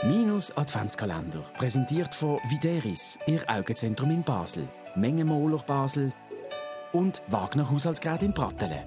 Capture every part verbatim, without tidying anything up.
Minus Adventskalender, präsentiert von Videris, Ihr Augenzentrum in Basel, Mengenmoler Basel und Wagner Haushaltsgeräte in Pratteln.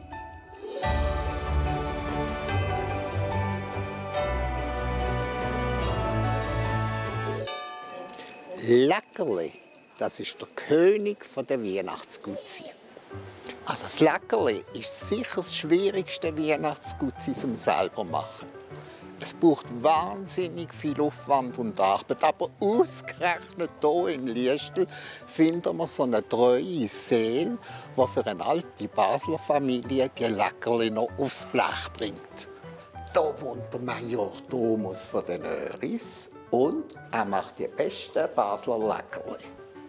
Leckerli, das ist der König der Weihnachtsgutzi. Also das Leckerli ist sicher das schwierigste Weihnachtsgutzi zum selber machen. Es braucht wahnsinnig viel Aufwand und Arbeit, aber ausgerechnet hier in Liestel finden wir so eine treue Seele, die für eine alte Basler Familie die Leckerli noch aufs Blech bringt. Hier wohnt der Major Thomas von den Öris und er macht die besten Basler Leckerli.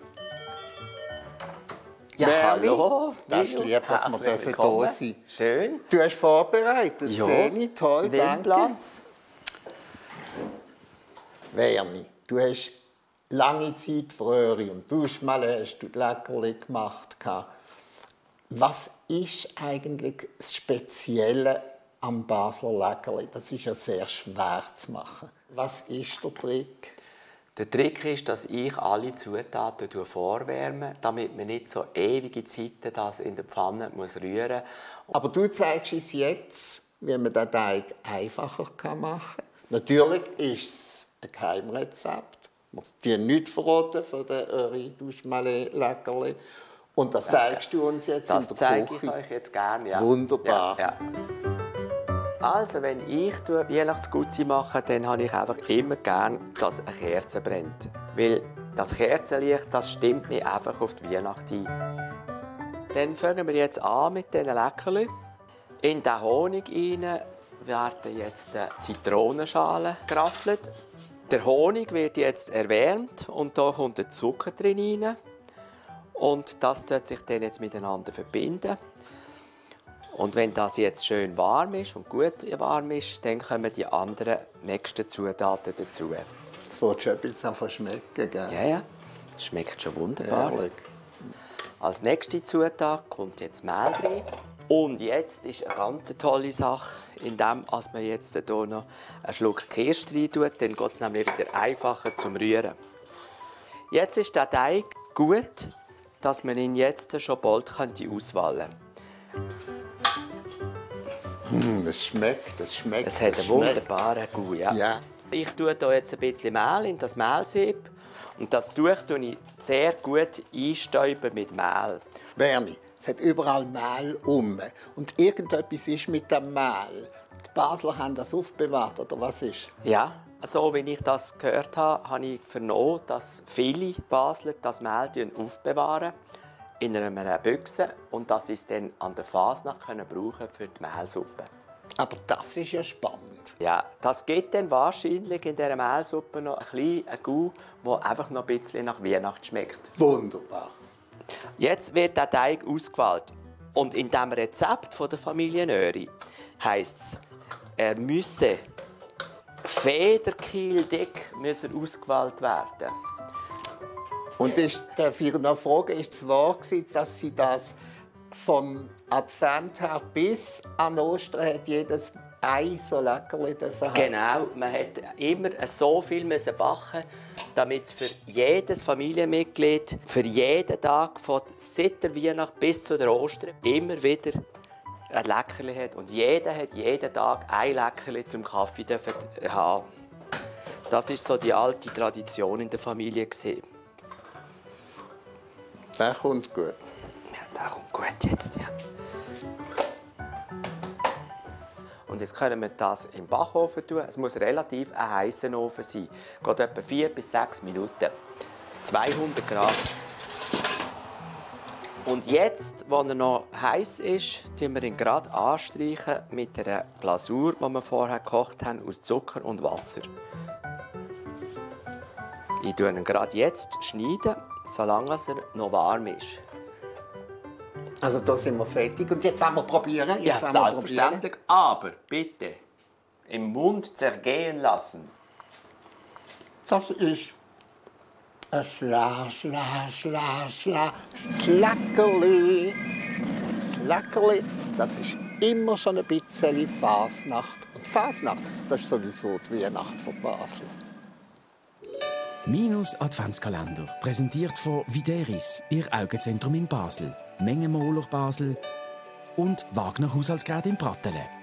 Ja, Merli, hallo. das ist lieb, dass wir hier sein dürfen. Schön. Du hast vorbereitet, Ja. sehr toll, Nimm danke. Platz. Werni, du hast lange Zeit für Röhre und Duschmalle hast du die Leckerli gemacht. Was ist eigentlich das Spezielle am Basler Leckerli? Das ist ja sehr schwer zu machen. Was ist der Trick? Der Trick ist, dass ich alle Zutaten vorwärme, damit man nicht so ewige Zeiten das in der Pfanne muss rühren muss. Aber du zeigst uns jetzt, wie man den Teig einfacher machen kann. Natürlich ist es ein Geheimrezept. Wir die nichts verraten von den Öri Duschmalle Leckerli. Und das zeigst du uns jetzt das in der zeige Küche. ich euch jetzt gerne. Ja. Wunderbar. Ja, ja. Also, wenn ich Weihnachtsgutzi mache, dann habe ich einfach immer gern, dass eine Kerze brennt. Weil das Kerzenlicht, das stimmt mich einfach auf die Weihnacht ein. Dann fangen wir jetzt an mit diesen Leckerli. In den Honig rein werden jetzt die Zitronenschalen geraffelt. Der Honig wird jetzt erwärmt und da kommt der Zucker drin rein. Und das wird sich dann jetzt miteinander verbinden. Und wenn das jetzt schön warm ist und gut warm ist, dann kommen die anderen nächsten Zutaten dazu. Das wird schon ein bisschen schmecken, gell? Ja, ja. Das schmeckt schon wunderbar. Herrlich. Als nächste Zutat kommt jetzt Mehl rein. Und jetzt ist eine ganz tolle Sache, indem man jetzt hier noch einen Schluck Kirsch rein tut, dann geht es nämlich wieder einfacher zum Rühren. Jetzt ist der Teig gut, dass man ihn jetzt schon bald auswählen könnte. Mm, es schmeckt, es schmeckt. Es hat einen wunderbaren Gau. Ja. Ja. Ich tue hier jetzt ein bisschen Mehl in das Mehlsieb. Und das tue ich sehr gut einstäuben mit Mehl. Werni, es hat überall Mehl um. Und irgendetwas ist mit dem Mehl. Die Basler haben das aufbewahrt, oder was ist? Ja, so wie ich das gehört habe, habe ich vernommen, dass viele Basler das Mehl aufbewahren in einer Büchse und das ist dann an der Fasnacht können brauchen für die Mehlsuppe. Aber das ist ja spannend. Ja, das gibt dann wahrscheinlich in dieser Mehlsuppe noch ein bisschen Gau, der einfach noch ein bisschen nach Weihnachten schmeckt. Wunderbar. Jetzt wird der Teig ausgewählt. Und in diesem Rezept von der Familie Nöri heisst es, er müsse federkieldick ausgewählt werden. Und ist, darf ich noch fragen, ist es wahr gewesen, dass Sie das vom Advent her bis an Ostern hat jedes Ei so Leckerli haben? Genau, man musste immer so viel backen, damit es für jedes Familienmitglied, für jeden Tag, von seit der Weihnacht bis zu der Ostern, immer wieder ein Leckerli hat. Und jeder hat jeden Tag ein Leckerli zum Kaffee haben. Das war so die alte Tradition in der Familie. Der kommt gut. Ja, der kommt gut jetzt, ja. Und jetzt können wir das im Backofen tun. Es muss relativ ein heißer Ofen sein. Geht etwa vier bis sechs Minuten. zweihundert Grad. Und jetzt, wo er noch heiß ist, tun wir ihn gerade anstreichen mit einer Glasur, die wir vorher gekocht haben, aus Zucker und Wasser. Ich schneide ihn gerade jetzt, schneiden, solange er noch warm ist. Also da sind wir fertig. Und jetzt wollen wir probieren. Jetzt Ja, wollen wir probieren. selbstverständlich. Aber bitte im Mund zergehen lassen. Das ist ein Schla, Schla, Schla, Schla, das Leckerli. Das Leckerli, das ist immer schon ein bisschen Fasnacht. Und Fasnacht, das ist sowieso die Weihnacht von Basel. Minus Adventskalender, präsentiert von Videris, Ihr Augenzentrum in Basel, Mengenmoler Basel und Wagner Haushaltsgeräte in Pratteln.